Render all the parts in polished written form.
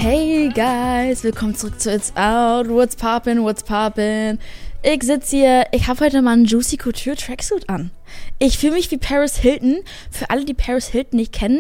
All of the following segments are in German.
Hey guys, willkommen zurück zu It's Out. What's poppin', what's poppin'? Ich sitze hier, ich habe heute mal einen Juicy Couture Tracksuit an. Ich fühle mich wie Paris Hilton. Für alle, die Paris Hilton nicht kennen,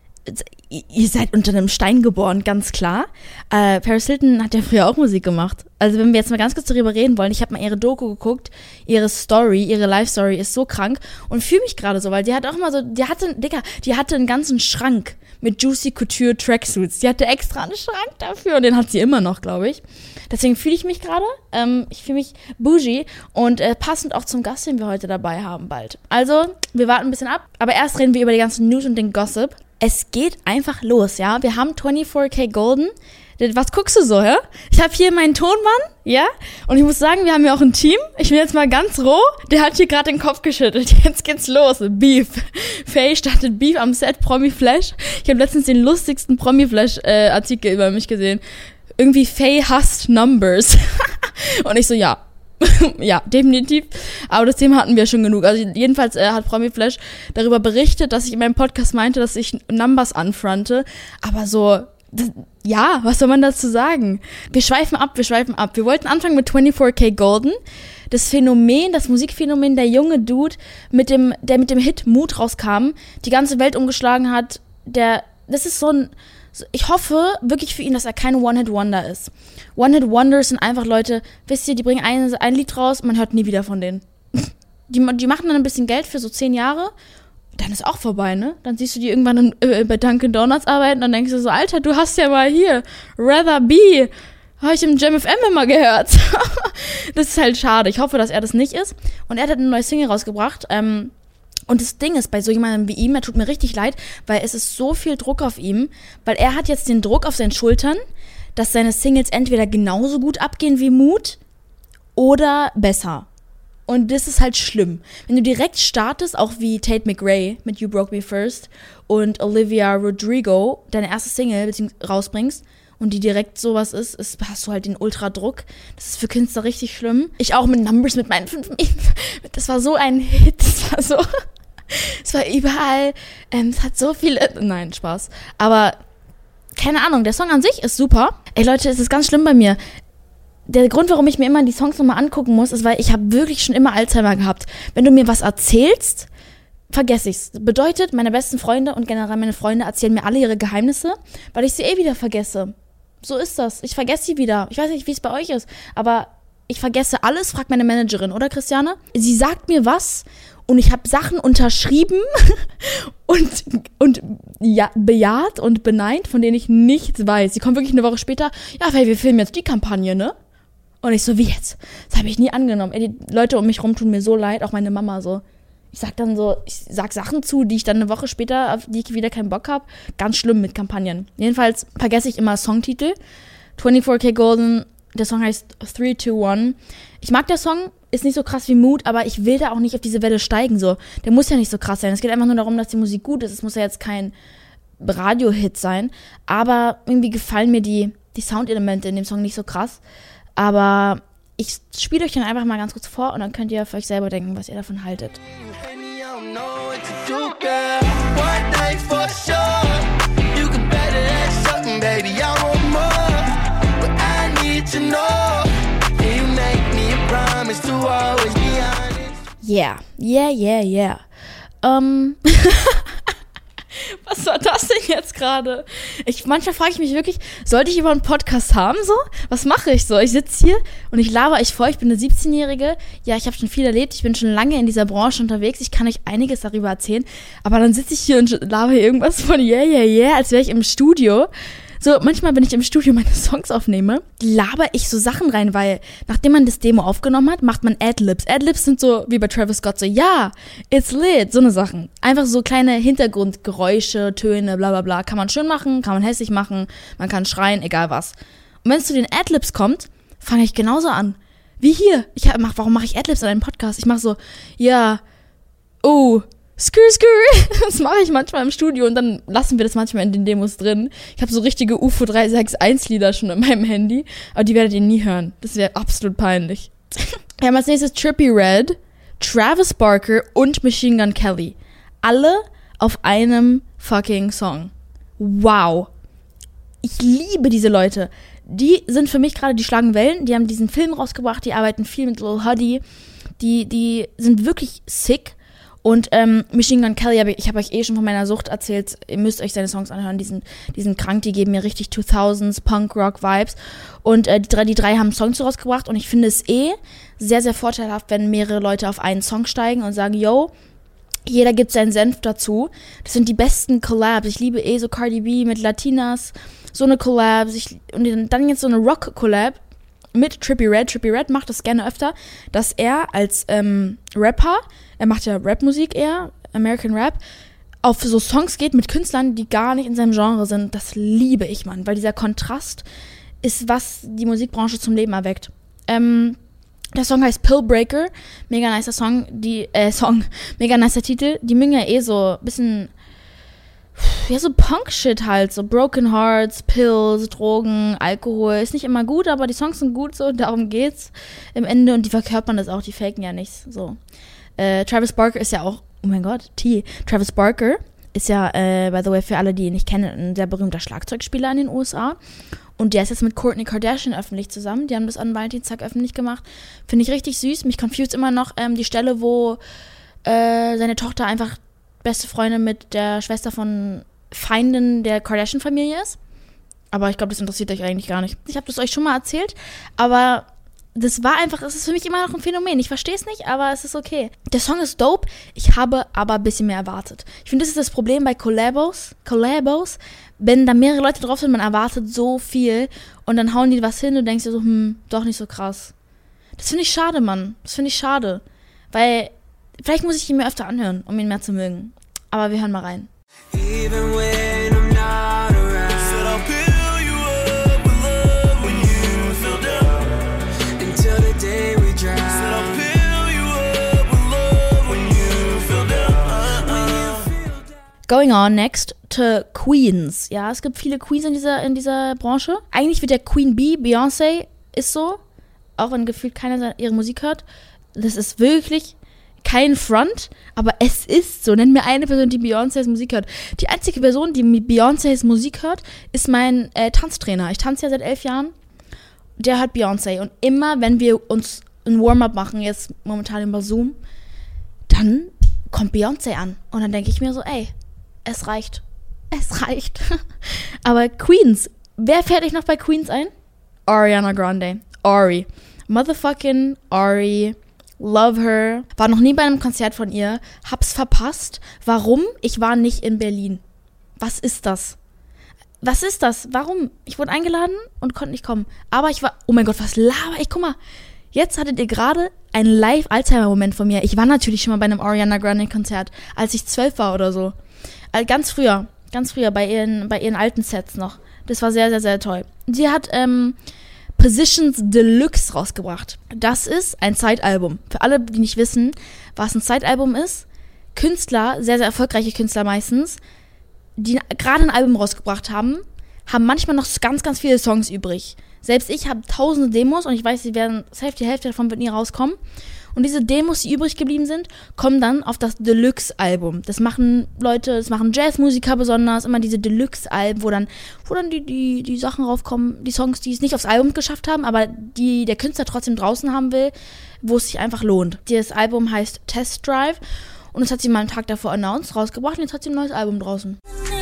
ihr seid unter einem Stein geboren, ganz klar. Paris Hilton hat ja früher auch Musik gemacht. Also wenn wir jetzt mal ganz kurz darüber reden wollen, ich habe mal ihre Doku geguckt, ihre Life-Story ist so krank und fühle mich gerade so, weil die hat auch mal so, die hatte einen ganzen Schrank mit Juicy Couture Tracksuits. Die hatte extra einen Schrank dafür und den hat sie immer noch, glaube ich. Deswegen fühle ich mich gerade, ich fühle mich bougie und passend auch zum Gast, den wir heute dabei haben bald. Also, wir warten ein bisschen ab, aber erst reden wir über die ganzen News und den Gossip. Es geht einfach los, ja. Wir haben 24K Golden. Was guckst du so, hä? Ich habe hier meinen Tonmann, ja? Und ich muss sagen, wir haben ja auch ein Team. Ich bin jetzt mal ganz roh. Der hat hier gerade den Kopf geschüttelt. Jetzt geht's los. Beef. Faye startet Beef am Set Promi Flash. Ich habe letztens den lustigsten Promi Flash Artikel über mich gesehen. Irgendwie Faye hasst Numbers. Und ich so, ja. Ja, definitiv. Aber das Thema hatten wir schon genug. Also jedenfalls hat Promi Flash darüber berichtet, dass ich in meinem Podcast meinte, dass ich Numbers anfronte. Aber so, ja, was soll man dazu sagen? Wir schweifen ab. Wir wollten anfangen mit 24K Golden. Das Musikphänomen, der junge Dude, der mit dem Hit Mut rauskam, die ganze Welt umgeschlagen hat. Das ist so ein... Ich hoffe wirklich für ihn, dass er kein One-Hit-Wonder ist. One-Hit-Wonders sind einfach Leute, wisst ihr, die bringen ein Lied raus, man hört nie wieder von denen. Die machen dann ein bisschen Geld für so 10 Jahre, dann ist auch vorbei, ne? Dann siehst du die irgendwann bei Dunkin' Donuts arbeiten, dann denkst du so, Alter, du hast ja mal hier Rather Be, habe ich im Jam FM immer gehört. Das ist halt schade. Ich hoffe, dass er das nicht ist. Und er hat eine neue Single rausgebracht, und das Ding ist, bei so jemandem wie ihm, er tut mir richtig leid, weil es ist so viel Druck auf ihm, weil er hat jetzt den Druck auf seinen Schultern, dass seine Singles entweder genauso gut abgehen wie Mut oder besser. Und das ist halt schlimm. Wenn du direkt startest, auch wie Tate McRae mit You Broke Me First und Olivia Rodrigo, deine erste Single rausbringst und die direkt sowas ist, hast du halt den Ultradruck. Das ist für Künstler richtig schlimm. Ich auch mit Numbers, mit meinen 5, das war so ein Hit, es war überall, es hat so viele, nein, Spaß. Aber, keine Ahnung, der Song an sich ist super. Ey Leute, es ist ganz schlimm bei mir. Der Grund, warum ich mir immer die Songs nochmal angucken muss, ist, weil ich habe wirklich schon immer Alzheimer gehabt. Wenn du mir was erzählst, vergesse ich's. Bedeutet, meine besten Freunde und generell meine Freunde erzählen mir alle ihre Geheimnisse, weil ich sie wieder vergesse. So ist das. Ich vergesse sie wieder. Ich weiß nicht, wie es bei euch ist, aber ich vergesse alles, fragt meine Managerin, oder Christiane? Sie sagt mir was und ich habe Sachen unterschrieben und ja, bejaht und beneint, von denen ich nichts weiß. Sie kommt wirklich eine Woche später, ja, weil wir filmen jetzt die Kampagne, ne? Und ich so, wie jetzt? Das habe ich nie angenommen. Ey, die Leute um mich rum tun mir so leid, auch meine Mama so. Ich sag Sachen zu, die ich dann eine Woche später, auf die ich wieder keinen Bock habe. Ganz schlimm mit Kampagnen. Jedenfalls vergesse ich immer Songtitel. 24K Golden, der Song heißt 321. Ich mag der Song, ist nicht so krass wie Mut, aber ich will da auch nicht auf diese Welle steigen. So. Der muss ja nicht so krass sein. Es geht einfach nur darum, dass die Musik gut ist. Es muss ja jetzt kein Radio-Hit sein. Aber irgendwie gefallen mir die Soundelemente in dem Song nicht so krass. Aber ich spiele euch dann einfach mal ganz kurz vor und dann könnt ihr für euch selber denken, was ihr davon haltet. Yeah. Was war das denn jetzt gerade? Manchmal frage ich mich wirklich, sollte ich über einen Podcast haben, so? Was mache ich so? Ich sitze hier und ich laber euch vor, ich bin eine 17-Jährige. Ja, ich habe schon viel erlebt, ich bin schon lange in dieser Branche unterwegs, ich kann euch einiges darüber erzählen. Aber dann sitze ich hier und laber irgendwas von yeah, als wäre ich im Studio. So, manchmal, wenn ich im Studio meine Songs aufnehme, laber ich so Sachen rein, weil nachdem man das Demo aufgenommen hat, macht man Adlibs. Adlibs sind so wie bei Travis Scott, so ja, it's lit, so eine Sachen. Einfach so kleine Hintergrundgeräusche, Töne, bla bla bla. Kann man schön machen, kann man hässlich machen, man kann schreien, egal was. Und wenn es zu den Adlibs kommt, fange ich genauso an. Wie hier. Warum mache ich Adlibs in einem Podcast? Ich mache so, ja, oh, Skrr. Das mache ich manchmal im Studio und dann lassen wir das manchmal in den Demos drin. Ich habe so richtige UFO 361 Lieder schon in meinem Handy, aber die werdet ihr nie hören. Das wäre absolut peinlich. Wir haben als nächstes Trippie Redd, Travis Barker und Machine Gun Kelly. Alle auf einem fucking Song. Wow. Ich liebe diese Leute. Die sind für mich gerade, die schlagen Wellen. Die haben diesen Film rausgebracht, die arbeiten viel mit Lil Huddy. Die sind wirklich sick. Und Machine Gun Kelly, ich habe euch schon von meiner Sucht erzählt. Ihr müsst euch seine Songs anhören. Die sind krank, die geben mir richtig 2000s Punk-Rock-Vibes. Und die drei haben Songs rausgebracht. Und ich finde es sehr, sehr vorteilhaft, wenn mehrere Leute auf einen Song steigen und sagen, yo, jeder gibt seinen Senf dazu. Das sind die besten Collabs. Ich liebe so Cardi B mit Latinas. So eine Collab. Und dann jetzt so eine Rock-Collab mit Trippie Redd. Trippie Redd macht das gerne öfter, dass er als Rapper, er macht ja Rapmusik eher, American Rap, auf so Songs geht mit Künstlern, die gar nicht in seinem Genre sind. Das liebe ich, Mann, weil dieser Kontrast ist, was die Musikbranche zum Leben erweckt. Der Song heißt Pillbreaker, mega nicer Song, mega nicer Titel. Die mögen ja so ein bisschen, ja, so Punk-Shit halt, so Broken Hearts, Pills, Drogen, Alkohol, ist nicht immer gut, aber die Songs sind gut, so, darum geht's im Ende und die verkörpern das auch, die faken ja nichts, so. Travis Barker ist ja auch, oh mein Gott, Travis Barker ist ja, by the way, für alle, die ihn nicht kennen, ein sehr berühmter Schlagzeugspieler in den USA und der ist jetzt mit Kourtney Kardashian öffentlich zusammen, die haben das an Valentinstag öffentlich gemacht, finde ich richtig süß, mich confused immer noch die Stelle, wo seine Tochter einfach beste Freundin mit der Schwester von Feinden der Kardashian-Familie ist. Aber ich glaube, das interessiert euch eigentlich gar nicht. Ich habe das euch schon mal erzählt, aber das war einfach, es ist für mich immer noch ein Phänomen. Ich verstehe es nicht, aber es ist okay. Der Song ist dope, ich habe aber ein bisschen mehr erwartet. Ich finde, das ist das Problem bei Collabos, wenn da mehrere Leute drauf sind, man erwartet so viel und dann hauen die was hin und denkst dir so, doch nicht so krass. Das finde ich schade, Mann. Das finde ich schade. Weil, vielleicht muss ich ihn mir öfter anhören, um ihn mehr zu mögen. Aber wir hören mal rein. Even when I'm not around, said I'll fill you up with love when you feel down. Until the day we drown. Said I'll fill you up with love when you feel down. Going on next to Queens. Ja, es gibt viele Queens in dieser Branche. Eigentlich wird der Queen Bee, Beyoncé, ist so. Auch wenn gefühlt keiner ihre Musik hört. Das ist wirklich kein Front, aber es ist so. Nenn mir eine Person, die Beyoncés Musik hört. Die einzige Person, die Beyoncés Musik hört, ist mein Tanztrainer. Ich tanze ja seit 11 Jahren. Der hört Beyoncé. Und immer, wenn wir uns ein Warm-up machen, jetzt momentan über Zoom, dann kommt Beyoncé an. Und dann denke ich mir so, ey, es reicht. Es reicht. Aber Queens, wer fährt euch noch bei Queens ein? Ariana Grande. Ari. Motherfucking Ari. Love her. War noch nie bei einem Konzert von ihr. Hab's verpasst. Warum? Ich war nicht in Berlin. Was ist das? Was ist das? Warum? Ich wurde eingeladen und konnte nicht kommen. Aber ich war... Oh mein Gott, was laber ich? Guck mal. Jetzt hattet ihr gerade einen Live-Alzheimer-Moment von mir. Ich war natürlich schon mal bei einem Ariana Grande-Konzert, als ich 12 war oder so. Ganz früher bei ihren alten Sets noch. Das war sehr, sehr, sehr toll. Sie hat Positions Deluxe rausgebracht. Das ist ein Zeitalbum. Für alle, die nicht wissen, was ein Zeitalbum ist, Künstler, sehr, sehr erfolgreiche Künstler meistens, die gerade ein Album rausgebracht haben manchmal noch ganz, ganz viele Songs übrig. Selbst ich habe tausende Demos und ich weiß, die Hälfte davon wird nie rauskommen. Und diese Demos, die übrig geblieben sind, kommen dann auf das Deluxe-Album. Das machen Jazzmusiker besonders, immer diese Deluxe-Alben, wo dann die Sachen raufkommen, die Songs, die es nicht aufs Album geschafft haben, aber die der Künstler trotzdem draußen haben will, wo es sich einfach lohnt. Dieses Album heißt Test Drive und das hat sie mal einen Tag davor announced, rausgebracht und jetzt hat sie ein neues Album draußen.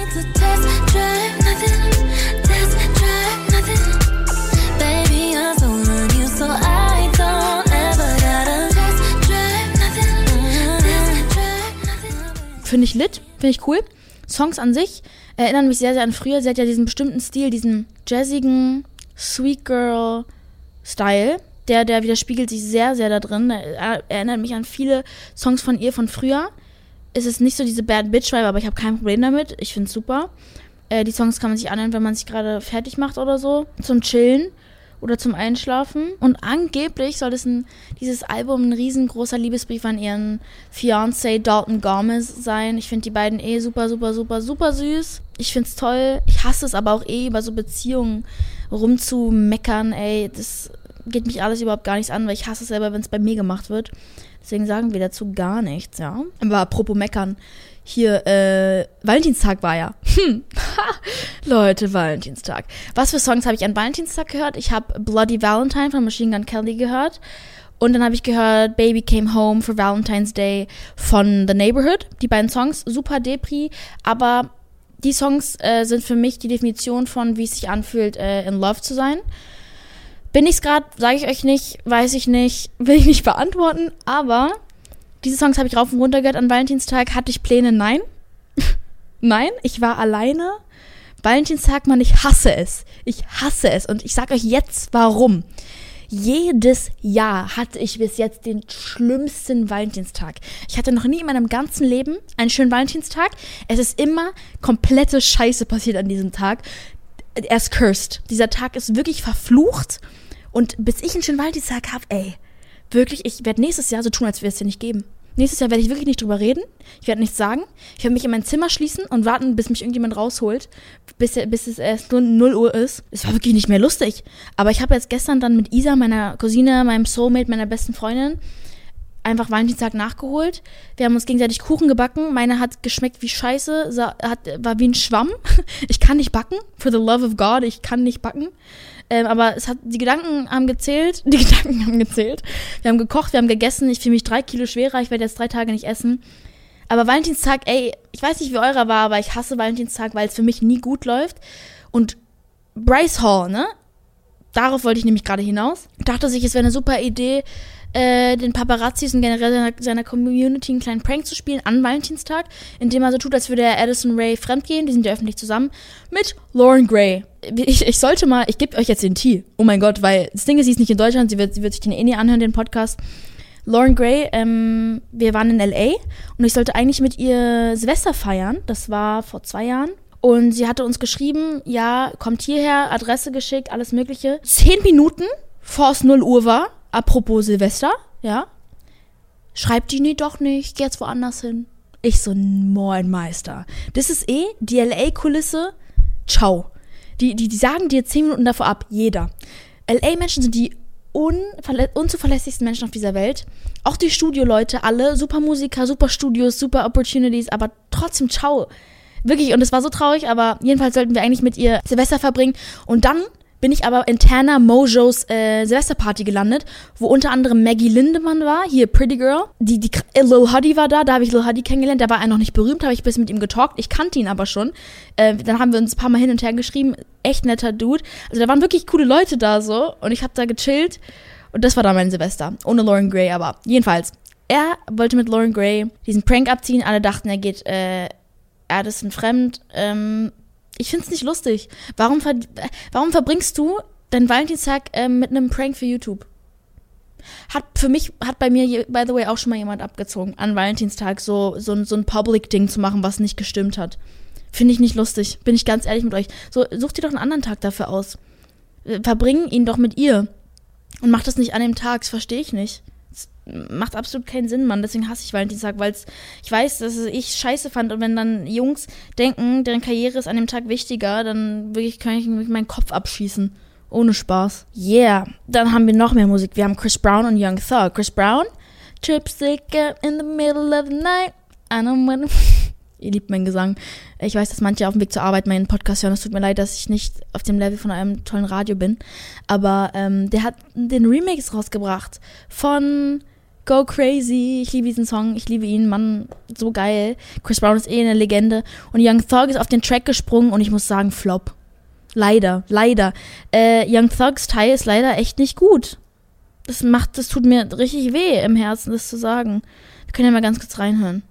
Finde ich lit, finde ich cool. Songs an sich erinnern mich sehr, sehr an früher. Sie hat ja diesen bestimmten Stil, diesen jazzigen Sweet Girl Style. Der widerspiegelt sich sehr, sehr da drin. Er erinnert mich an viele Songs von ihr von früher. Es ist nicht so diese Bad Bitch Vibe, aber ich habe kein Problem damit. Ich finde es super. Die Songs kann man sich anhören, wenn man sich gerade fertig macht oder so. Zum Chillen oder zum Einschlafen. Und angeblich soll dieses Album ein riesengroßer Liebesbrief an ihren Fiancé Dalton Gomez sein. Ich finde die beiden super, super, super, super süß. Ich finde es toll. Ich hasse es aber auch über so Beziehungen rumzumeckern. Ey, das geht mich alles überhaupt gar nichts an, weil ich hasse es selber, wenn es bei mir gemacht wird. Deswegen sagen wir dazu gar nichts, ja. Aber apropos meckern, hier, Valentinstag war ja. Leute, Valentinstag. Was für Songs habe ich an Valentinstag gehört? Ich habe Bloody Valentine von Machine Gun Kelly gehört. Und dann habe ich gehört Baby Came Home for Valentine's Day von The Neighborhood. Die beiden Songs, super Depri, aber die Songs sind für mich die Definition von, wie es sich anfühlt, in Love zu sein. Bin ich's gerade, sage ich euch nicht, weiß ich nicht, will ich nicht beantworten, aber diese Songs habe ich rauf und runter gehört an Valentinstag. Hatte ich Pläne? Nein. Nein, ich war alleine. Valentinstag, Mann, ich hasse es. Ich hasse es und ich sage euch jetzt, warum. Jedes Jahr hatte ich bis jetzt den schlimmsten Valentinstag. Ich hatte noch nie in meinem ganzen Leben einen schönen Valentinstag. Es ist immer komplette Scheiße passiert an diesem Tag. Er ist cursed. Dieser Tag ist wirklich verflucht. Und bis ich einen schönen Valentinstag habe, wirklich, ich werde nächstes Jahr so tun, als würde es dir nicht geben. Nächstes Jahr werde ich wirklich nicht drüber reden. Ich werde nichts sagen. Ich werde mich in mein Zimmer schließen und warten, bis mich irgendjemand rausholt, bis es erst nur 0 Uhr ist. Es war wirklich nicht mehr lustig. Aber ich habe jetzt gestern dann mit Isa, meiner Cousine, meinem Soulmate, meiner besten Freundin, einfach Valentinstag nachgeholt. Wir haben uns gegenseitig Kuchen gebacken. Meine hat geschmeckt wie Scheiße, war wie ein Schwamm. Ich kann nicht backen. For the love of God, ich kann nicht backen. Aber die Gedanken haben gezählt. Wir haben gekocht, wir haben gegessen. Ich fühle mich 3 Kilo schwerer. Ich werde jetzt 3 Tage nicht essen. Aber Valentinstag, ich weiß nicht, wie eurer war, aber ich hasse Valentinstag, weil es für mich nie gut läuft. Und Bryce Hall, ne? Darauf wollte ich nämlich gerade hinaus. Dachte sich, es wäre eine super Idee, den Paparazzis und generell seiner Community einen kleinen Prank zu spielen an Valentinstag, indem er so tut, als würde er Addison Rae fremdgehen, die sind ja öffentlich zusammen, mit Lauren Gray. Ich gebe euch jetzt den Tee. Oh mein Gott, weil das Ding ist, sie ist nicht in Deutschland, sie wird sich den nie anhören, den Podcast. Lauren Gray, wir waren in L.A. und ich sollte eigentlich mit ihr Silvester feiern, das war vor 2 Jahren. Und sie hatte uns geschrieben, ja, kommt hierher, Adresse geschickt, alles mögliche. 10 Minuten, bevor es 0 Uhr war, apropos Silvester, ja, schreibt die, nee, doch nicht, geh jetzt woanders hin. Ich so, moin Meister. Das ist die LA-Kulisse, ciao. Die sagen dir 10 Minuten davor ab, jeder. LA-Menschen sind die unzuverlässigsten Menschen auf dieser Welt. Auch die Studioleute, alle, super Musiker, super Studios, super Opportunities, aber trotzdem ciao. Wirklich, und es war so traurig, aber jedenfalls sollten wir eigentlich mit ihr Silvester verbringen. Und dann bin ich aber in Tanner Mojos Silvesterparty gelandet, wo unter anderem Maggie Lindemann war, hier Pretty Girl. Lil Huddy war da habe ich Lil Huddy kennengelernt, da war er noch nicht berühmt, habe ich ein bisschen mit ihm getalkt, ich kannte ihn aber schon. Dann haben wir uns ein paar Mal hin und her geschrieben, echt netter Dude. Also da waren wirklich coole Leute da so und ich habe da gechillt und das war dann mein Silvester, ohne Lauren Gray, aber jedenfalls. Er wollte mit Lauren Gray diesen Prank abziehen, alle dachten, er geht Addison fremd, ich find's nicht lustig. Warum verbringst du deinen Valentinstag mit einem Prank für YouTube? Hat bei mir, by the way, auch schon mal jemand abgezogen, an Valentinstag so ein Public-Ding zu machen, was nicht gestimmt hat. Finde ich nicht lustig, bin ich ganz ehrlich mit euch. So, sucht ihr doch einen anderen Tag dafür aus. Verbring ihn doch mit ihr. Und macht das nicht an dem Tag, das verstehe ich nicht. Das macht absolut keinen Sinn, Mann. Deswegen hasse ich Valentinstag, weil ich weiß, dass ich scheiße fand. Und wenn dann Jungs denken, deren Karriere ist an dem Tag wichtiger, dann kann ich meinen Kopf abschießen. Ohne Spaß. Yeah. Dann haben wir noch mehr Musik. Wir haben Chris Brown und Young Thug. Chris Brown, Tripstick in the middle of the night. I don't wanna... Ihr liebt meinen Gesang. Ich weiß, dass manche auf dem Weg zur Arbeit meinen Podcast hören. Es tut mir leid, dass ich nicht auf dem Level von einem tollen Radio bin. Aber der hat den Remix rausgebracht von Go Crazy. Ich liebe diesen Song. Ich liebe ihn. Mann, so geil. Chris Brown ist eine Legende. Und Young Thug ist auf den Track gesprungen und ich muss sagen, Flop. Leider. Young Thugs Teil ist leider echt nicht gut. Das tut mir richtig weh im Herzen, das zu sagen. Wir können ja mal ganz kurz reinhören.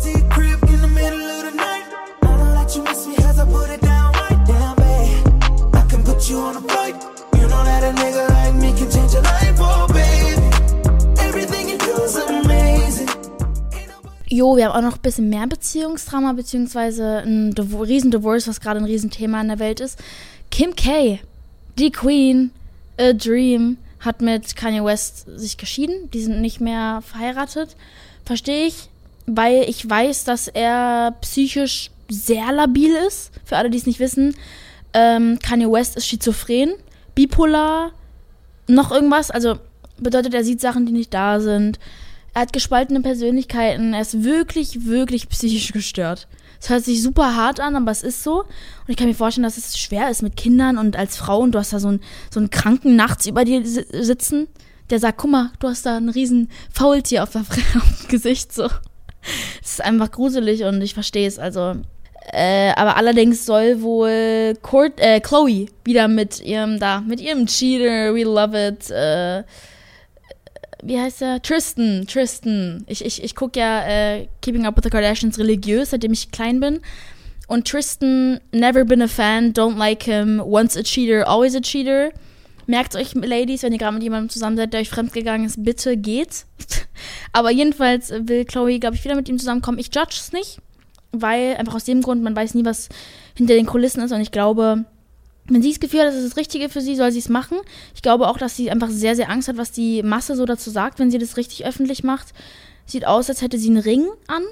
Jo, wir haben auch noch ein bisschen mehr Beziehungsdrama, beziehungsweise ein Riesen-Divorce, was gerade ein Riesenthema in der Welt ist. Kim K, die Queen, A Dream, hat mit Kanye West sich geschieden. Die sind nicht mehr verheiratet. Verstehe ich, weil ich weiß, dass er psychisch sehr labil ist. Für alle, die es nicht wissen. Kanye West ist schizophren, bipolar, noch irgendwas, also bedeutet, er sieht Sachen, die nicht da sind. Er hat gespaltene Persönlichkeiten. Er ist wirklich, wirklich psychisch gestört. Es hört sich super hart an, aber es ist so. Und ich kann mir vorstellen, dass es schwer ist mit Kindern und als Frau. Und du hast da so einen Kranken nachts über dir sitzen, der sagt, guck mal, du hast da ein riesen Faultier auf dem Gesicht. So. Es ist einfach gruselig und ich verstehe es. Also, aber allerdings soll wohl Chloe wieder mit ihrem Cheater, we love it, wie heißt er? Tristan. Ich gucke ja Keeping Up with the Kardashians religiös, seitdem ich klein bin. Und Tristan, never been a fan, don't like him, once a cheater, always a cheater. Merkt euch, Ladies, wenn ihr gerade mit jemandem zusammen seid, der euch fremdgegangen ist, bitte geht. Aber jedenfalls will Chloe, glaube ich, wieder mit ihm zusammenkommen. Ich judge es nicht, weil einfach aus dem Grund, man weiß nie, was hinter den Kulissen ist. Und ich glaube, wenn sie das Gefühl hat, das ist das Richtige für sie, soll sie es machen. Ich glaube auch, dass sie einfach sehr, sehr Angst hat, was die Masse so dazu sagt, wenn sie das richtig öffentlich macht. Sieht aus, als hätte sie einen Ring an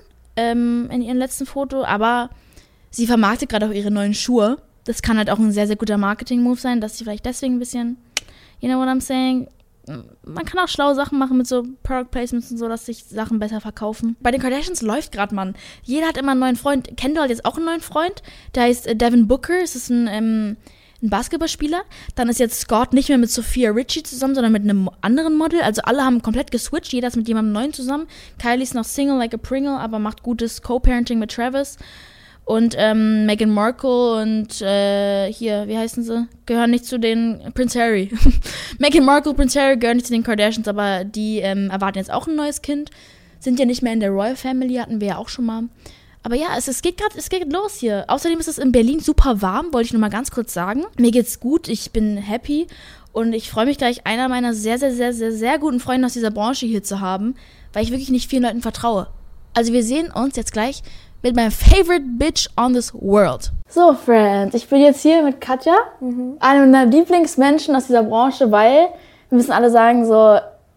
in ihrem letzten Foto, aber sie vermarktet gerade auch ihre neuen Schuhe. Das kann halt auch ein sehr, sehr guter Marketing-Move sein, dass sie vielleicht deswegen ein bisschen, you know what I'm saying? Man kann auch schlaue Sachen machen mit so Product Placements und so, dass sich Sachen besser verkaufen. Bei den Kardashians läuft gerade, Mann. Jeder hat immer einen neuen Freund. Kendall hat jetzt auch einen neuen Freund. Der heißt Devin Booker. Es ist ein Basketballspieler. Dann ist jetzt Scott nicht mehr mit Sophia Richie zusammen, sondern mit einem anderen Model. Also alle haben komplett geswitcht. Jeder ist mit jemandem Neuen zusammen. Kylie ist noch Single like a Pringle, aber macht gutes Co-Parenting mit Travis. Und Meghan Markle und hier, wie heißen sie? Gehören nicht zu den Prince Harry. Meghan Markle, Prince Harry gehören nicht zu den Kardashians, aber die erwarten jetzt auch ein neues Kind. Sind ja nicht mehr in der Royal Family, hatten wir ja auch schon mal. Aber ja, es geht los hier. Außerdem ist es in Berlin super warm, wollte ich nur mal ganz kurz sagen. Mir geht's gut, ich bin happy und ich freue mich gleich, einer meiner sehr, sehr, sehr, sehr, sehr guten Freunde aus dieser Branche hier zu haben, weil ich wirklich nicht vielen Leuten vertraue. Also wir sehen uns jetzt gleich mit meinem favorite bitch on this world. So, Friends, ich bin jetzt hier mit Katja, einem meiner Lieblingsmenschen aus dieser Branche, weil wir müssen alle sagen, so,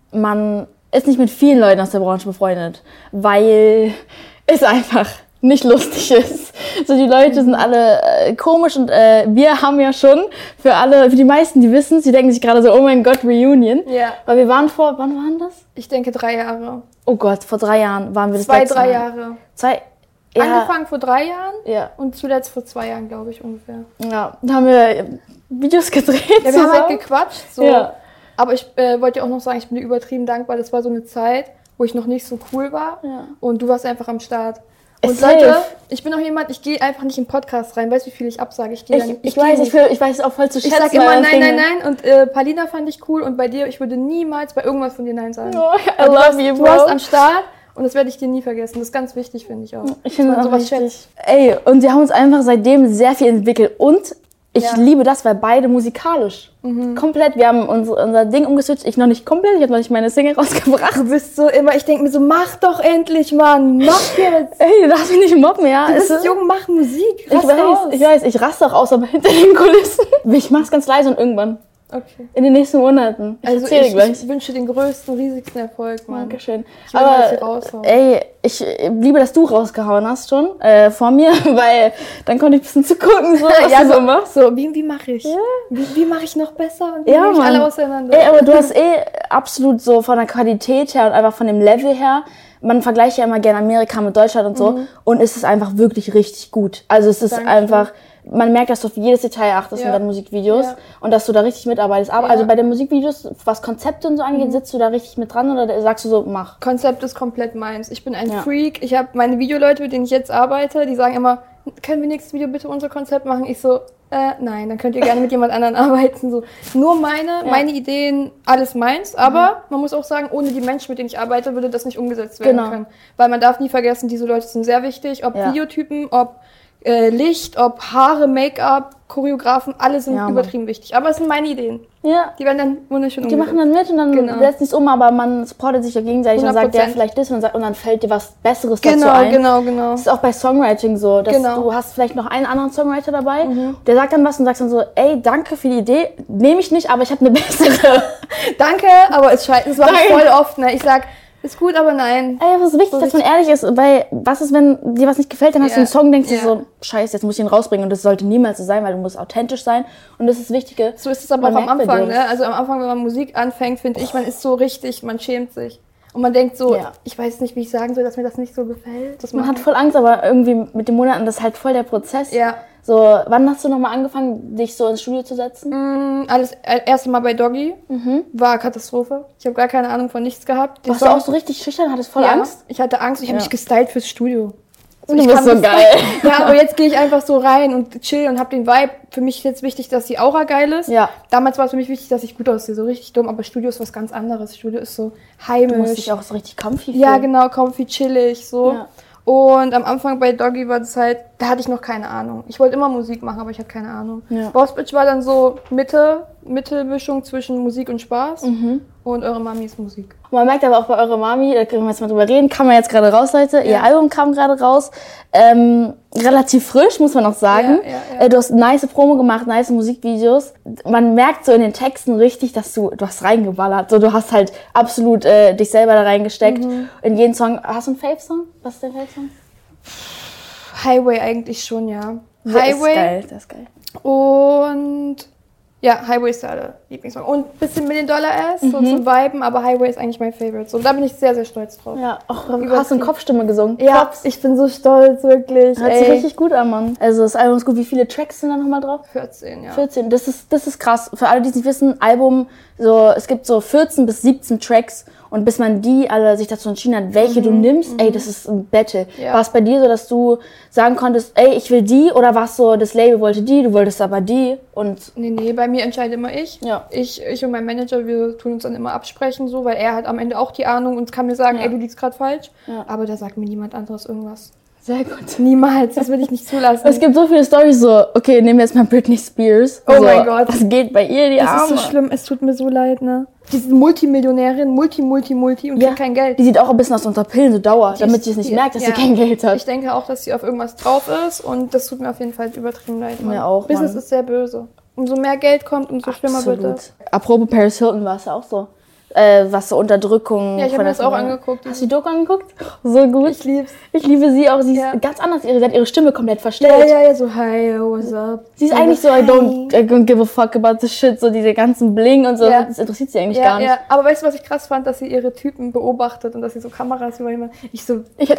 man ist nicht mit vielen Leuten aus der Branche befreundet, weil es einfach nicht lustig ist. So, die Leute sind alle komisch und wir haben ja schon für die meisten, die wissen, sie denken sich gerade so, oh mein Gott, Reunion. Ja. Weil wir waren wann waren das? Ich denke 3 Jahre. Oh Gott, vor 3 Jahren waren wir das 3 Jahre. Ja. Angefangen vor 3 Jahren und zuletzt vor 2 Jahren, glaube ich, ungefähr. Ja, da haben wir Videos gedreht. Ja, wir haben halt gequatscht, so. Ja. Aber ich wollte ja auch noch sagen, ich bin dir übertrieben dankbar. Das war so eine Zeit, wo ich noch nicht so cool war und du warst einfach am Start. Und Leute, ich bin auch jemand, ich gehe einfach nicht in Podcast rein. Weißt du, wie viel ich absage? Ich weiß es auch voll zu schätzen. Ich sag immer nein. Und Palina fand ich cool und bei dir, ich würde niemals bei irgendwas von dir nein sagen. Oh, I love you, bro. Du warst am Start. Und das werde ich dir nie vergessen. Das ist ganz wichtig, finde ich auch. Ich finde das auch wichtig. Ey, und wir haben uns einfach seitdem sehr viel entwickelt. Und ich liebe das, weil beide musikalisch. Komplett. Wir haben unser Ding umgeswitcht. Ich noch nicht komplett. Ich habe noch nicht meine Single rausgebracht. Du bist so immer, ich denke mir so, mach doch endlich, Mann. Mach jetzt. Ey, du darfst mich nicht mobben, ja. Du bist jung, mach Musik. Ich weiß. Ich raste auch aus, aber hinter den Kulissen. Ich mach's ganz leise und irgendwann. Okay. In den nächsten Monaten. Ich wünsche den größten, riesigsten Erfolg, Mann. Dankeschön. Ich will das hier raushauen. Ey, ich liebe, dass du rausgehauen hast schon vor mir, weil dann konnte ich ein bisschen zugucken, so, was du so machst. So, wie mache ich? Ja. Wie mache ich noch besser? Und wie nehme ich alle auseinander? Ey, aber du hast absolut so von der Qualität her und einfach von dem Level her, man vergleicht ja immer gerne Amerika mit Deutschland und so, und es ist einfach wirklich richtig gut. Also es ist einfach... Man merkt, dass du auf jedes Detail achtest in deinen Musikvideos und dass du da richtig mitarbeitest. Aber also bei den Musikvideos, was Konzepte und so angeht, sitzt du da richtig mit dran oder sagst du so, mach? Konzept ist komplett meins. Ich bin ein Freak. Ich habe meine Videoleute, mit denen ich jetzt arbeite, die sagen immer, können wir nächstes Video bitte unser Konzept machen? Ich so, nein, dann könnt ihr gerne mit jemand anderem arbeiten. So, nur meine Ideen, alles meins. Aber man muss auch sagen, ohne die Menschen, mit denen ich arbeite, würde das nicht umgesetzt werden können. Weil man darf nie vergessen, diese Leute sind sehr wichtig. Ob Videotypen, ob Licht, ob Haare, Make-up, Choreografen, alle sind übertrieben wichtig. Aber es sind meine Ideen. Ja. Die werden dann wunderschön umgesetzt. Die machen dann mit und dann setzt nichts um, aber man supportet sich ja gegenseitig 100%. Und sagt der vielleicht das und dann fällt dir was Besseres dazu ein. Genau. Das ist auch bei Songwriting so, dass du hast vielleicht noch einen anderen Songwriter dabei, der sagt dann was und sagst dann so, ey, danke für die Idee, nehme ich nicht, aber ich habe eine bessere. Danke, aber es mache ich voll oft. Ne? Ich sag, Ist gut, aber nein. Ey, es ist wichtig, dass man ehrlich ist, weil was ist, wenn dir was nicht gefällt, dann hast du einen Song, denkst du so, scheiße, jetzt muss ich ihn rausbringen und das sollte niemals so sein, weil du musst authentisch sein und das ist das Wichtige. So ist es aber auch am Anfang, ne? Also am Anfang, wenn man Musik anfängt, finde ich, man ist so richtig, man schämt sich. Und man denkt so, ich weiß nicht, wie ich sagen soll, dass mir das nicht so gefällt. Man hat voll Angst, aber irgendwie mit den Monaten, das ist halt voll der Prozess. Ja. So, wann hast du nochmal angefangen, dich so ins Studio zu setzen? Alles erste Mal bei Doggy. War Katastrophe. Ich habe gar keine Ahnung von nichts gehabt. Warst du auch so richtig schüchtern? Hattest voll Angst? Ich hatte Angst. Ich habe mich gestylt fürs Studio. Du bist so geil. Ja, aber jetzt gehe ich einfach so rein und chill und habe den Vibe. Für mich ist jetzt wichtig, dass die Aura geil ist. Ja. Damals war es für mich wichtig, dass ich gut aussehe. So richtig dumm, aber Studio ist was ganz anderes. Studio ist so heimisch. Du musst dich auch so richtig comfy fühlen. Ja, genau, comfy, chillig, so. Ja. Und am Anfang bei Doggy war das halt, da hatte ich noch keine Ahnung. Ich wollte immer Musik machen, aber ich hatte keine Ahnung. Ja. Boss Bitch war dann so Mittelmischung zwischen Musik und Spaß. Und Eure Mami ist Musik. Und man merkt aber auch bei Eure Mami, da können wir jetzt mal drüber reden, kam ja jetzt gerade raus, Leute. Ihr Album kam gerade raus. Relativ frisch, muss man auch sagen. Ja. Du hast nice Promo gemacht, nice Musikvideos. Man merkt so in den Texten richtig, dass du hast reingeballert. So, du hast halt absolut dich selber da reingesteckt. In jeden Song. Hast du einen Fave-Song? Was ist dein Fave-Song? Highway eigentlich schon, ja. Highway. Das ist geil. Und ja, Highway ist der Lieblingssong. Und ein bisschen $1 Million, so zum Viben, aber Highway ist eigentlich mein Favorite. So, da bin ich sehr, sehr stolz drauf. Ja, auch du hast eine Kopfstimme gesungen. Ja, ich bin so stolz, wirklich. Hört sich richtig gut an, Mann. Also das Album ist gut. Wie viele Tracks sind da nochmal drauf? 14, ja. 14, das ist krass. Für alle, die es nicht wissen, Album, so, es gibt so 14 bis 17 Tracks und bis man die alle sich dazu entschieden hat, welche du nimmst, das ist ein Battle. Ja. War es bei dir so, dass du sagen konntest, ich will die, oder war es so, das Label wollte die, du wolltest aber die und... Nee, bei mir entscheide immer ich. Ja. Ich und mein Manager, wir tun uns dann immer absprechen, so, weil er hat am Ende auch die Ahnung und kann mir sagen, du liegst gerade falsch. Ja. Aber da sagt mir niemand anderes irgendwas. Sehr gut. Niemals, das will ich nicht zulassen. Es gibt so viele Storys so, okay, nehmen wir jetzt mal Britney Spears. Oh mein Gott. Was geht bei ihr, die Arme? Das ist so schlimm, es tut mir so leid, ne? Die ist Multimillionärin, Multi und kriegt kein Geld. Die sieht auch ein bisschen aus unter Pillen, so Dauer, damit sie es nicht merkt, dass sie kein Geld hat. Ich denke auch, dass sie auf irgendwas drauf ist und das tut mir auf jeden Fall übertrieben leid. Mir auch, Business ist sehr böse. Umso mehr Geld kommt, umso schlimmer wird es. Apropos Paris Hilton war es ja auch so. Was so Unterdrückung. Ja, ich habe mir das auch angeguckt. Hast du die Doku angeguckt? So gut. Ich lieb's. Ich liebe sie auch. Sie ist ganz anders. Sie hat ihre Stimme komplett verstellt. Ja, so hi, what's up? Sie ist eigentlich so, I don't give a fuck about this shit. So diese ganzen Bling und so. Ja. Das interessiert sie eigentlich gar nicht. Ja, aber weißt du, was ich krass fand? Dass sie ihre Typen beobachtet und dass sie so Kameras über jemanden... Ich hätte das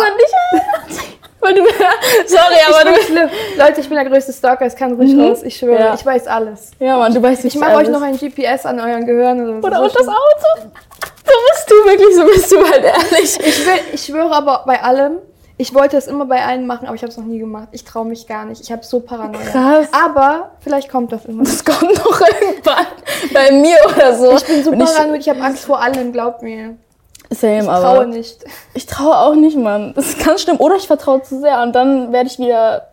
nicht. Weil du... Sorry, aber du... Schlimm. Leute, ich bin der größte Stalker. Es kann ruhig raus. Ich schwöre. Ich weiß alles. Ja, Mann, du weißt nicht. Ich mache euch noch ein GPS an euren Gehirn oder und das Auto. So bist du wirklich, so bist du halt ehrlich. Ich schwöre aber bei allem, ich wollte es immer bei allen machen, aber ich habe es noch nie gemacht. Ich traue mich gar nicht. Ich habe so Paranoia. Krass. Aber vielleicht kommt das irgendwann. Das kommt noch irgendwann bei mir oder so. Ich bin so paranoid, ich habe Angst vor allem, glaubt mir. Same, ich traue nicht. Ich traue auch nicht, Mann. Das ist ganz schlimm. Oder ich vertraue zu sehr und dann werde ich wieder...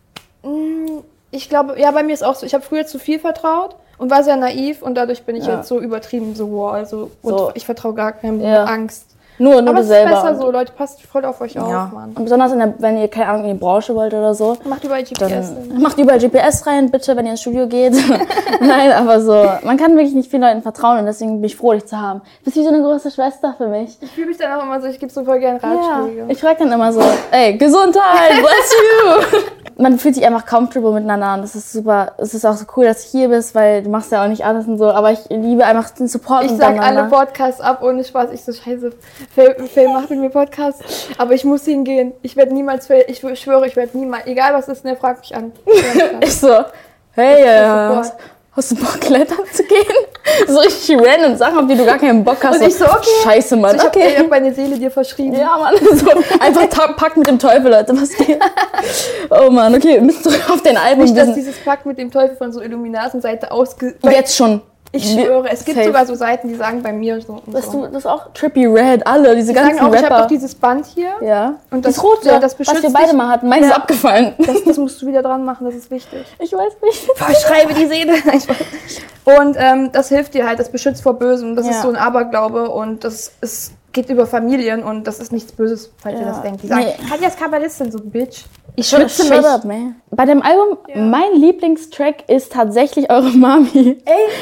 Ich glaube, ja, bei mir ist auch so. Ich habe früher zu viel vertraut und war sehr naiv und dadurch bin ich jetzt so übertrieben, so wow, also und ich vertraue gar keinem, Angst. Nur aber du selber. Aber es ist besser so, Leute, passt voll auf euch auf, Mann. Und besonders wenn ihr, keine Ahnung, in die Branche wollt oder so. Macht überall GPS. Macht überall GPS rein, bitte, wenn ihr ins Studio geht. Nein, aber so, man kann wirklich nicht vielen Leuten vertrauen und deswegen bin ich froh, dich zu haben. Du bist wie so eine große Schwester für mich. Ich fühle mich dann auch immer so, ich gebe so voll gerne Ratschläge. Ja, ich frage dann immer so, ey, Gesundheit, bless you. Man fühlt sich einfach comfortable miteinander und das ist super. Es ist auch so cool, dass du hier bist, weil du machst ja auch nicht alles und so, aber ich liebe einfach den Support miteinander. Ich sag alle Podcasts ab, ohne Spaß. Ich so, scheiße, Faye macht mit mir Podcasts, aber ich muss hingehen. Ich werde niemals, ich schwöre, ich werde niemals, egal was ist, der fragt mich an. Ich so, hey, hast du Bock, klettern zu gehen? So richtig random Sachen, auf die du gar keinen Bock hast. Und ich so, okay. Scheiße, Mann, so, ich hab meine Seele dir verschrieben. Ja, Mann, so einfach Pakt mit dem Teufel, Leute, was geht? Oh Mann, okay, wir müssen zurück auf den Album. Nicht, dass dieses Pakt mit dem Teufel von so Illuminaten-Seite Jetzt schon. Ich schwöre, es gibt sogar so Seiten, die sagen bei mir so. Du das auch Trippie Red, alle, diese ganzen auch, Rapper. Ich habe doch dieses Band hier. Ja. Und das rote, das beschützt was wir beide mal hatten. Meins ist abgefallen. Das musst du wieder dran machen, das ist wichtig. Ich weiß nicht. Verschreibe die Seele. Und das hilft dir halt, das beschützt vor Bösem. Das ist so ein Aberglaube und das geht über Familien und das ist nichts Böses, falls ihr das denkt. Die sagen, halt jetzt Kabbalistin, so Bitch. Ich schütze mich. Up, man. Bei dem Album, mein Lieblingstrack ist tatsächlich Eure Mami. Ey,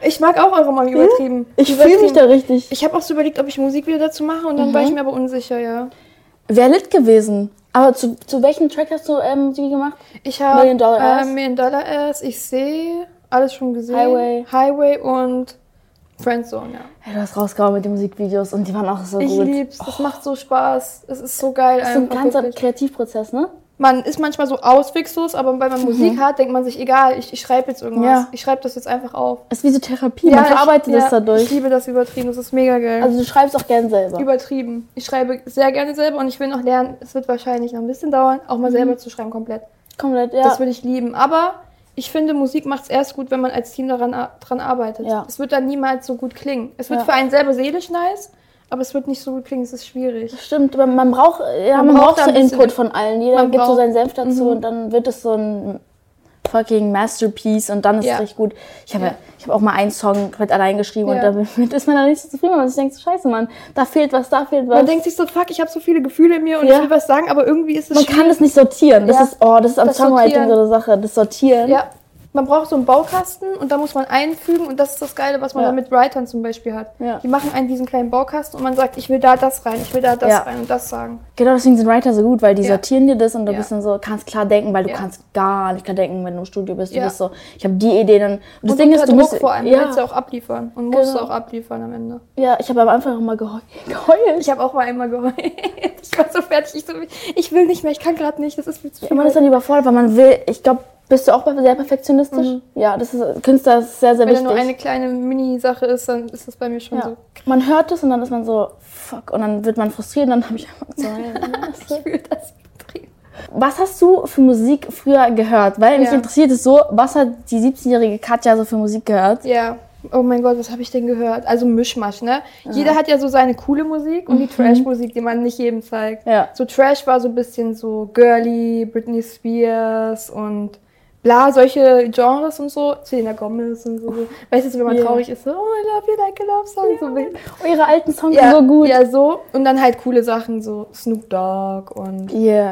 Ich mag auch eure Mami übertrieben. Ich fühle mich da richtig. Ich habe auch so überlegt, ob ich ein Musikvideo dazu mache und dann war ich mir aber unsicher, ja. Wäre lit gewesen. Aber zu welchem Track hast du Musik gemacht? Ich habe Million Dollar Ass. Ich sehe, alles schon gesehen. Highway und Friendzone, ja. Hey, du hast rausgehauen mit den Musikvideos und die waren auch so gut. Ich lieb's, das macht so Spaß. Es ist so geil. Das ist ein ganzer Kreativprozess, ne? Man ist manchmal so auswegslos, aber wenn man Musik hat, denkt man sich, egal, ich schreibe jetzt irgendwas. Ja. Ich schreibe das jetzt einfach auf. Es ist wie so Therapie, man verarbeitet das dadurch. Ich liebe das übertrieben, das ist mega geil. Also du schreibst auch gerne selber? Übertrieben. Ich schreibe sehr gerne selber und ich will noch lernen, es wird wahrscheinlich noch ein bisschen dauern, auch mal selber zu schreiben, komplett. Komplett, ja. Das würde ich lieben, aber ich finde, Musik macht es erst gut, wenn man als Team dran arbeitet. Ja. Es wird dann niemals so gut klingen. Es wird für einen selber seelisch nice, aber es wird nicht so gut klingen, es ist schwierig. Das stimmt, man braucht so Input von allen. Jeder gibt so seinen Senf dazu und dann wird es so ein fucking Masterpiece und dann ist es richtig gut. Ich habe auch mal einen Song komplett allein geschrieben und damit ist man dann nicht so zufrieden, weil man sich denkt, so scheiße, Mann, da fehlt was. Man denkt sich so, fuck, ich habe so viele Gefühle in mir und ich will was sagen, aber irgendwie ist es schwierig. Man kann das nicht sortieren. Das ist am Songwriting so eine Sache, das Sortieren. Ja. Man braucht so einen Baukasten und da muss man einfügen und das ist das Geile, was man dann mit Writern zum Beispiel hat. Ja. Die machen einen diesen kleinen Baukasten und man sagt, ich will da das rein, ich will da das rein und das sagen. Genau, deswegen sind Writer so gut, weil die sortieren dir das und du bist dann so, kannst klar denken, weil du kannst gar nicht klar denken, wenn du im Studio bist. Du bist so, ich habe die Idee dann. Und das Ding ist, du musst vor allem, du willst ja auch abliefern und musst auch abliefern am Ende. Ja, ich habe am Anfang auch mal geheult. Ich habe auch mal einmal geheult. Ich war so fertig, ich will nicht mehr, ich kann gerade nicht, das ist viel zu viel. Man ist dann überfordert, weil man will, ich glaube, bist du auch sehr perfektionistisch? Ja, Künstler ist sehr, sehr wichtig. Wenn nur eine kleine Mini-Sache ist, dann ist das bei mir schon so. Man hört es und dann ist man so, fuck, und dann wird man frustriert und dann habe ich einfach so, ich fühle das übertrieben. Was hast du für Musik früher gehört? Weil mich interessiert es so, was hat die 17-jährige Katja so für Musik gehört? Ja. Oh mein Gott, was habe ich denn gehört? Also Mischmasch, ne? Ja. Jeder hat ja so seine coole Musik und die Trash-Musik, die man nicht jedem zeigt. Ja. So Trash war so ein bisschen so girly, Britney Spears und bla, solche Genres und so, Selena Gomez und so. Weißt du, wenn man traurig ist, so, oh, I love you like a love song. Ja. So oh, ihre alten Songs sind so gut. Ja, so. Und dann halt coole Sachen, so Snoop Dogg und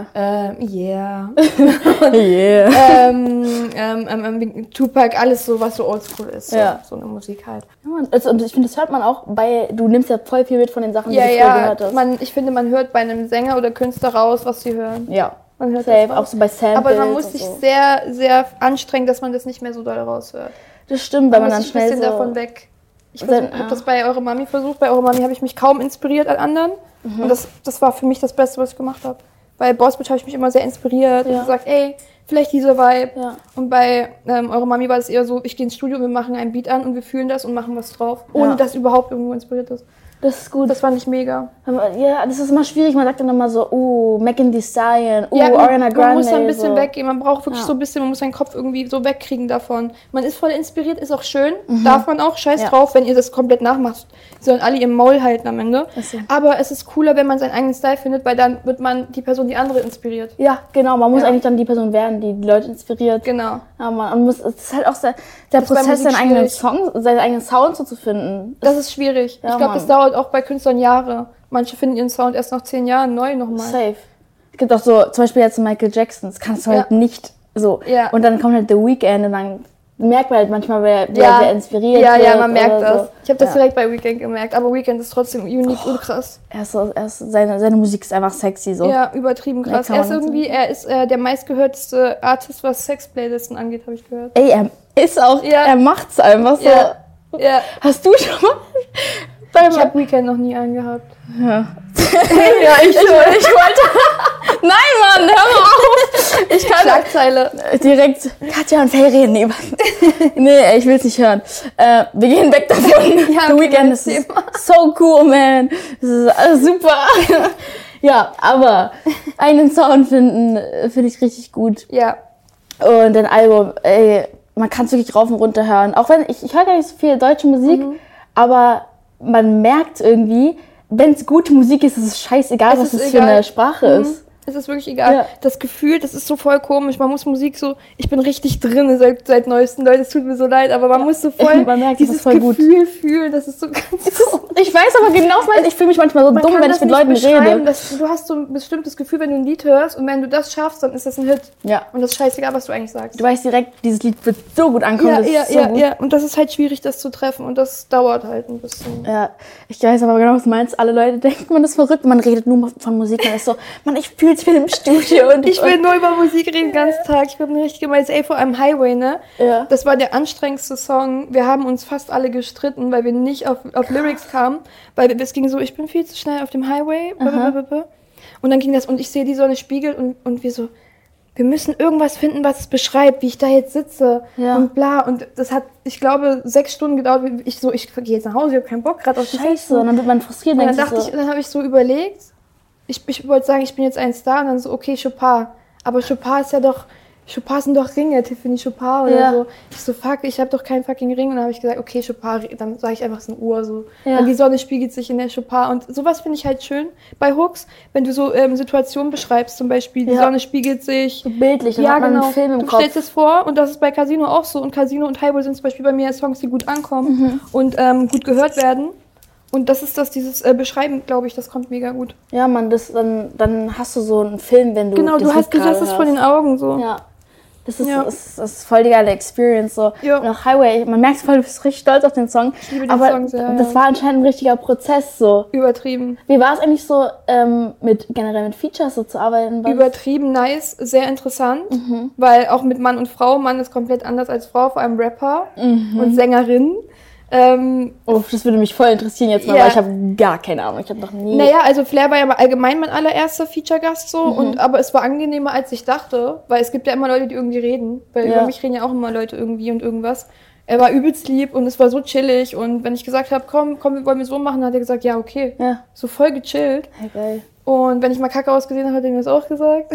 Tupac, alles so, was so oldschool ist. So eine Musik halt. Ja, also, und ich finde, das hört man auch du nimmst ja voll viel mit von den Sachen, die du früher gehört hast. Ich finde, man hört bei einem Sänger oder Künstler raus, was sie hören. Ja. Man hört safe, auch so bei Samples. Aber man muss sich sehr, sehr anstrengen, dass man das nicht mehr so doll raushört. Das stimmt, weil man dann schnell ein bisschen davon weg. Ich habe das bei Eure Mami versucht. Bei Eure Mami habe ich mich kaum inspiriert an anderen. Und das war für mich das Beste, was ich gemacht habe. Bei Boss Bitch habe ich mich immer sehr inspiriert und gesagt, ey, vielleicht dieser Vibe. Ja. Und bei Eure Mami war das eher so, ich gehe ins Studio, wir machen einen Beat an und wir fühlen das und machen was drauf. Ohne dass überhaupt irgendwo inspiriert ist. Das ist gut. Das fand ich mega. Ja, das ist immer schwierig. Man sagt dann immer so, Megan Thee Stallion, Ariana Grande. Man muss da ein bisschen weggehen. Man braucht wirklich so ein bisschen, man muss seinen Kopf irgendwie so wegkriegen davon. Man ist voll inspiriert, ist auch schön. Darf man auch, scheiß drauf, wenn ihr das komplett nachmacht. Sie sollen alle ihr Maul halten am Ende. Aber es ist cooler, wenn man seinen eigenen Style findet, weil dann wird man die Person, die andere inspiriert. Ja, genau. Man muss eigentlich dann die Person werden, die Leute inspiriert. Genau. Ja, es ist halt auch der Prozess, seinen eigenen Song, seinen eigenen Sound so zu finden. Das ist schwierig. Ja, ich glaube, das dauert auch bei Künstlern Jahre. Manche finden ihren Sound erst nach 10 Jahren neu nochmal. Safe. Es gibt auch so, zum Beispiel jetzt Michael Jackson, das kannst du halt nicht so. Ja. Und dann kommt halt The Weeknd und dann merkt man halt manchmal, wer sehr inspiriert wird. Ja, man merkt das. So. Ich habe das direkt bei Weeknd gemerkt, aber Weeknd ist trotzdem unique und krass. Seine Musik ist einfach sexy so. Ja, übertrieben krass. Er ist der meistgehörteste Artist, was Sex-Playlisten angeht, habe ich gehört. Ey, er ist auch, er macht's einfach so. Ja. Hast du schon mal... Ich habe Weeknd noch nie angehabt. Ja. Ich wollte... Nein, Mann, hör mal auf! Ich kann Schlagzeile. Direkt Katja und Ferien nehmen. Nee, ich will's nicht hören. Wir gehen weg davon. The Weeknd ist so cool, man. Das ist alles super. Ja, aber einen Sound finde ich richtig gut. Ja. Und ein Album, ey, man kann es wirklich rauf und runter hören. Auch wenn, ich höre gar nicht so viel deutsche Musik, aber man merkt irgendwie, wenn es gute Musik ist, ist es scheißegal, was es für eine Sprache ist. Es ist wirklich egal. Ja. Das Gefühl, das ist so voll komisch. Man muss Musik so, ich bin richtig drin seit neuesten, Leute, es tut mir so leid, aber man muss so voll man merkt, dieses voll Gefühl fühlen, das ist so ganz Ich weiß aber genau, ich fühle mich manchmal so dumm, wenn ich mit Leuten rede. Du hast so ein bestimmtes Gefühl, wenn du ein Lied hörst und wenn du das schaffst, dann ist das ein Hit. Ja. Und das ist scheißegal, was du eigentlich sagst. Du weißt direkt, dieses Lied wird so gut ankommen. Ja. Und das ist halt schwierig, das zu treffen und das dauert halt ein bisschen. Ja, ich weiß aber genau, was du meinst. Alle Leute denken, man ist verrückt, man redet nur von Musik. Man ist so, Mann, ich fühl's wie im Studio. Und ich will nur über Musik reden den ganzen Tag. Ich bin richtig gemeint. Vor allem Highway, ne? Ja. Das war der anstrengendste Song. Wir haben uns fast alle gestritten, weil wir nicht auf Lyrics kamen. Weil es ging so, ich bin viel zu schnell auf dem Highway. Und dann ging das, und ich sehe die Sonne spiegelt und wir so, wir müssen irgendwas finden, was es beschreibt, wie ich da jetzt sitze und bla. Und das hat, ich glaube, 6 Stunden gedauert. Ich gehe jetzt nach Hause, ich habe keinen Bock gerade auf die Scheiße, und dann wird man frustriert. Und dann habe ich so überlegt, ich wollte sagen, ich bin jetzt ein Star, und dann so, okay, Chopin. Aber Chopin sind doch Ringe, Tiffany Chopin oder so. Ich so, fuck, ich habe doch keinen fucking Ring. Und dann habe ich gesagt, okay, Chopin, dann sage ich einfach, es ist eine Uhr. So. Ja. Und die Sonne spiegelt sich in der Chopin. Und sowas finde ich halt schön bei Hooks, wenn du so Situationen beschreibst, zum Beispiel, die Sonne spiegelt sich. So bildlich, dann hat man einen Film im Kopf. Du stellst es vor, und das ist bei Casino auch so. Und Casino und Highball sind zum Beispiel bei mir Songs, die gut ankommen und gut gehört werden. Und das ist dieses Beschreiben, glaube ich, das kommt mega gut. Ja, man, dann hast du so einen Film, wenn du genau, du hast es vor den Augen so. Ja. Das ist voll die geile Experience. So. Ja. Und auch Highway, man merkt voll, du bist richtig stolz auf den Song. Ich liebe den Song sehr. Das war anscheinend ein richtiger Prozess. So. Übertrieben. Wie war es eigentlich so, generell mit Features so zu arbeiten? Übertrieben nice, sehr interessant. Weil auch mit Mann und Frau, Mann ist komplett anders als Frau, vor allem Rapper und Sängerin. Das würde mich voll interessieren jetzt mal, weil ich habe gar keine Ahnung. Ich habe noch nie... Naja, also Flair war ja allgemein mein allererster Feature-Gast so, aber es war angenehmer, als ich dachte, weil es gibt ja immer Leute, die irgendwie reden, weil über mich reden ja auch immer Leute irgendwie und irgendwas. Er war übelst lieb und es war so chillig, und wenn ich gesagt habe, komm, wollen wir so machen, dann hat er gesagt, ja, okay. Ja. So voll gechillt. Hey, geil. Und wenn ich mal Kacke ausgesehen habe, hat er mir das auch gesagt.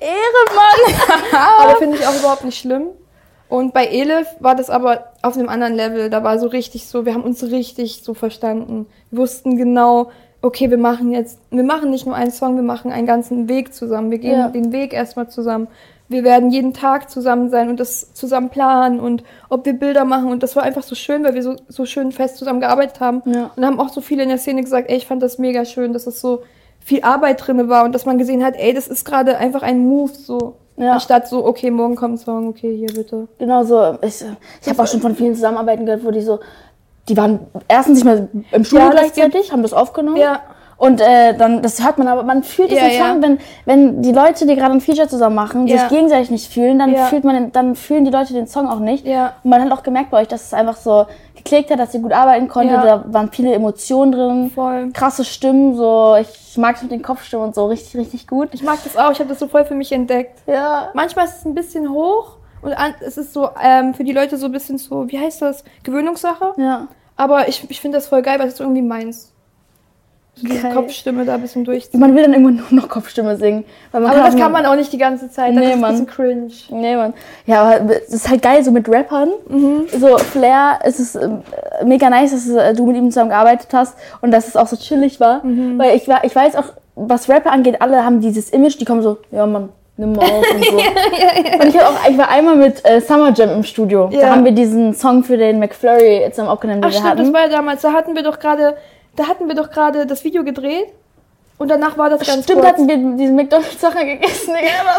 Ehrenmann! Aber finde ich auch überhaupt nicht schlimm. Und bei Elif war das aber auf einem anderen Level. Da war so richtig so, wir haben uns richtig so verstanden. Wir wussten genau, okay, wir machen nicht nur einen Song, wir machen einen ganzen Weg zusammen. Wir gehen den Weg erstmal zusammen. Wir werden jeden Tag zusammen sein und das zusammen planen und ob wir Bilder machen. Und das war einfach so schön, weil wir so schön fest zusammen gearbeitet haben. Ja. Und haben auch so viele in der Szene gesagt, ey, ich fand das mega schön, dass es so viel Arbeit drin war und dass man gesehen hat, ey, das ist gerade einfach ein Move so. Ja. Anstatt so, okay, morgen kommt ein Song, okay, hier bitte. Genau so. Ich habe auch schon von vielen Zusammenarbeiten gehört, wo die waren erstens nicht mehr im Studio gleichzeitig, haben das aufgenommen. Ja. Und dann, das hört man, aber man fühlt es Song, wenn die Leute, die gerade ein Feature zusammen machen, sich gegenseitig nicht fühlen, dann fühlen die Leute den Song auch nicht. Ja. Und man hat auch gemerkt bei euch, dass es einfach so geklickt hat, dass ihr gut arbeiten konntet, da waren viele Emotionen drin, voll. Krasse Stimmen, so, ich mag es mit den Kopfstimmen und so, richtig, richtig gut. Ich mag das auch, ich habe das so voll für mich entdeckt. Ja. Manchmal ist es ein bisschen hoch und es ist so für die Leute so ein bisschen so, wie heißt das, Gewöhnungssache. Ja. Aber ich finde das voll geil, weil es ist irgendwie meins. Diese Kopfstimme da ein bisschen durchziehen. Man will dann immer nur noch Kopfstimme singen. Weil aber das kann man auch nicht die ganze Zeit, das ist ein bisschen cringe. Nee, Mann. Ja, aber es ist halt geil, so mit Rappern. So Flair, es ist mega nice, dass du mit ihm zusammen gearbeitet hast und dass es auch so chillig war. Weil ich weiß auch, was Rapper angeht, alle haben dieses Image, die kommen so, ja Mann, nimm mal auf und so. Und ich war einmal mit Summer Jam im Studio. Ja. Da haben wir diesen Song für den McFlurry zusammen aufgenommen, den wir hatten. Das war ja damals, da hatten wir doch gerade das Video gedreht und danach war das ganz kurz. Stimmt, hatten wir diesen McDonald's-Sachen gegessen.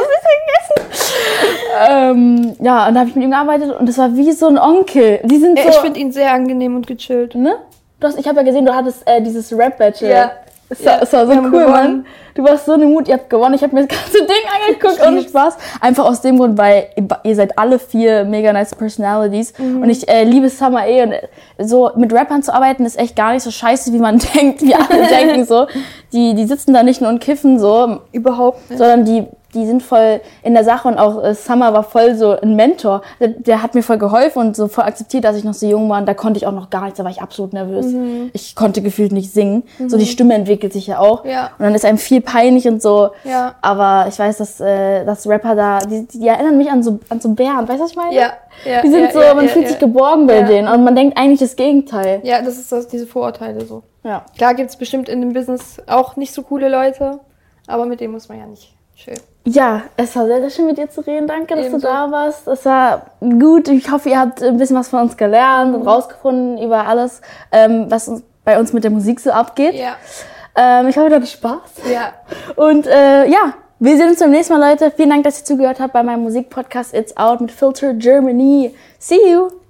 Ja, und da habe ich mit ihm gearbeitet und das war wie so ein Onkel. Die sind ich finde ihn sehr angenehm und gechillt. Ne? Ich habe ja gesehen, du hattest dieses Rap-Battle. Ja. Es war so cool, gewonnen. Mann. Du warst so eine Mut, ihr habt gewonnen. Ich habe mir das ganze Ding angeguckt und Spaß. Einfach aus dem Grund, weil ihr seid alle 4 mega nice Personalities. Und ich liebe Summer und so mit Rappern zu arbeiten ist echt gar nicht so scheiße, wie man denkt, wie alle denken so. Die sitzen da nicht nur und kiffen so. Überhaupt nicht. Sondern die sind voll in der Sache und auch Summer war voll so ein Mentor. Der hat mir voll geholfen und so voll akzeptiert, dass ich noch so jung war und da konnte ich auch noch gar nichts, da war ich absolut nervös. Ich konnte gefühlt nicht singen. So die Stimme entwickelt sich ja auch. Ja. Und dann ist einem viel peinlich und so. Ja. Aber ich weiß, dass Rapper da, die erinnern mich an so Bären. Weißt du, was ich meine? Ja. Ja. Die sind man fühlt sich geborgen bei denen und man denkt eigentlich das Gegenteil. Ja, das ist diese Vorurteile so. Ja. Klar gibt's bestimmt in dem Business auch nicht so coole Leute, aber mit denen muss man ja nicht Schön. Ja, es war sehr, sehr schön mit dir zu reden. Danke, dass du da warst. Es war gut. Ich hoffe, ihr habt ein bisschen was von uns gelernt und rausgefunden über alles, was bei uns mit der Musik so abgeht. Ja. Ich hoffe, ihr hattet Spaß. Ja. Und ja, wir sehen uns beim nächsten Mal, Leute. Vielen Dank, dass ihr zugehört habt bei meinem Musikpodcast It's Out mit Filter Germany. See you!